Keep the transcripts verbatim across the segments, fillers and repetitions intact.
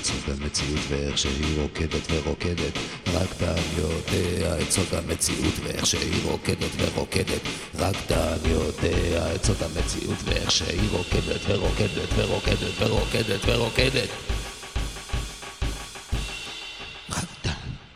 סוד המציאות ואיך שהיא רוקדת ורוקדת, רק דן יודע את סוד המציאות ואיך שהיא רוקדת ורוקדת, רק דן יודע את סוד המציאות ואיך שהיא רוקדת ורוקדת ורוקדת ורוקדת ורוקדת. רק דן.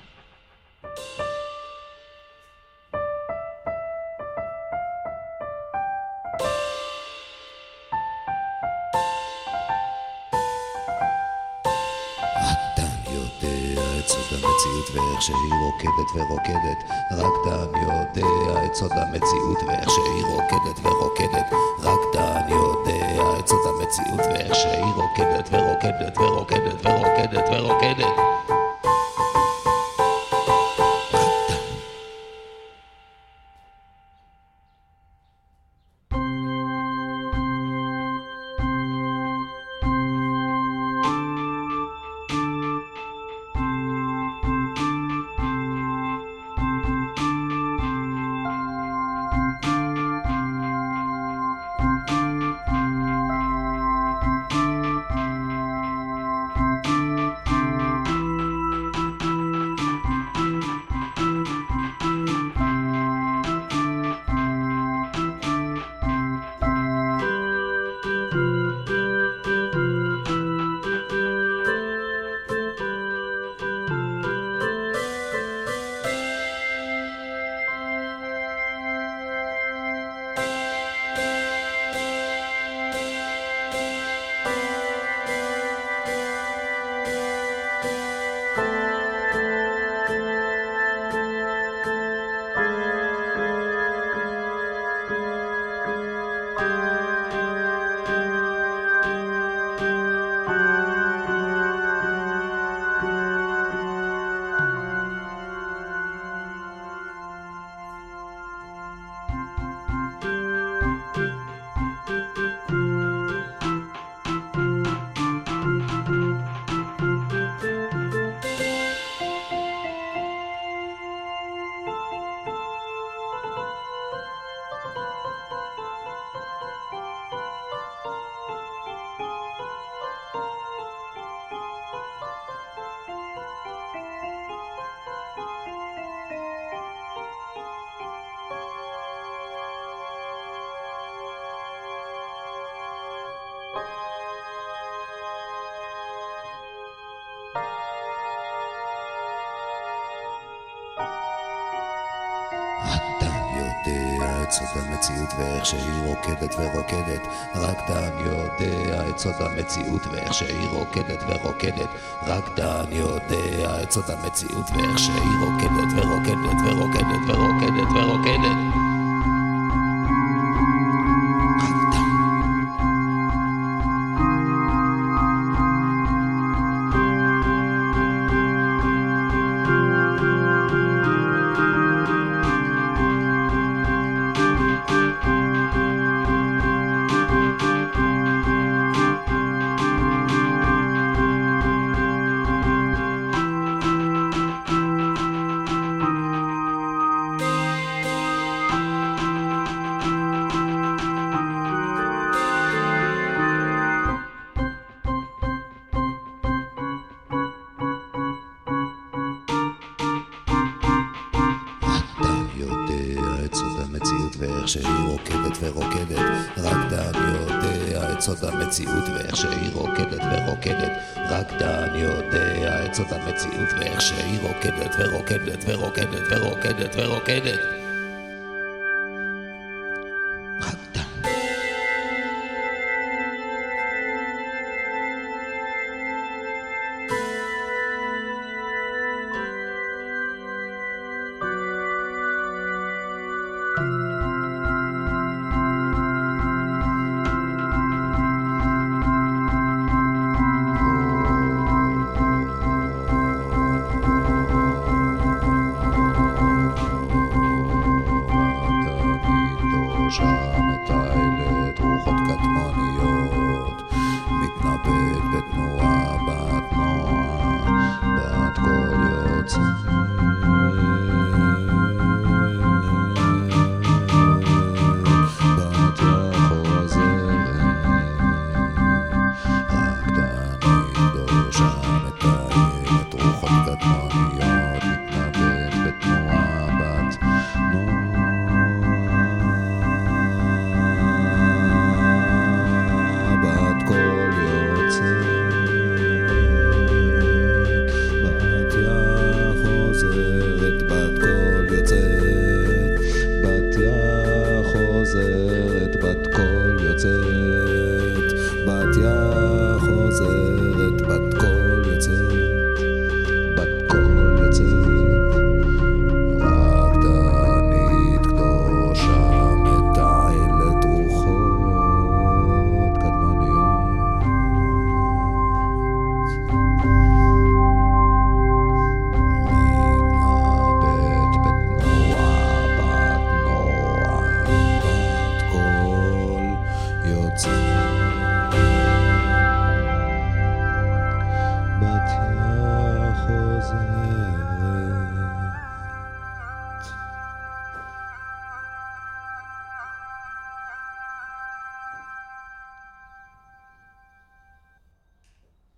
סוד המציאות ואיך שהיא רוקדת ורוקדת, רק דן יודע את סוד המציאות ואיך שהיא רוקדת ורוקדת, רק דן יודע את סוד המציאות ואיך שהיא רוקדת ורוקדת ורוקדת ורוקדת ורוקדת. את סוד המציאות ואיך שהיא רוקדת ורוקדת, רק דן יודע את סוד המציאות ואיך שהיא רוקדת ורוקדת, רק דן יודע את סוד המציאות ואיך שהיא רוקדת ורוקדת ורוקדת ורוקדת ורוקדת. ואיך שהיא רוקדת ורוקדת, רק דן יודע את סוד המציאות ואיך שהיא רוקדת ורוקדת, רק דן יודע את סוד המציאות ואיך שהיא רוקדת ורוקדת ורוקדת ורוקדת ורוקדת. רק דן. you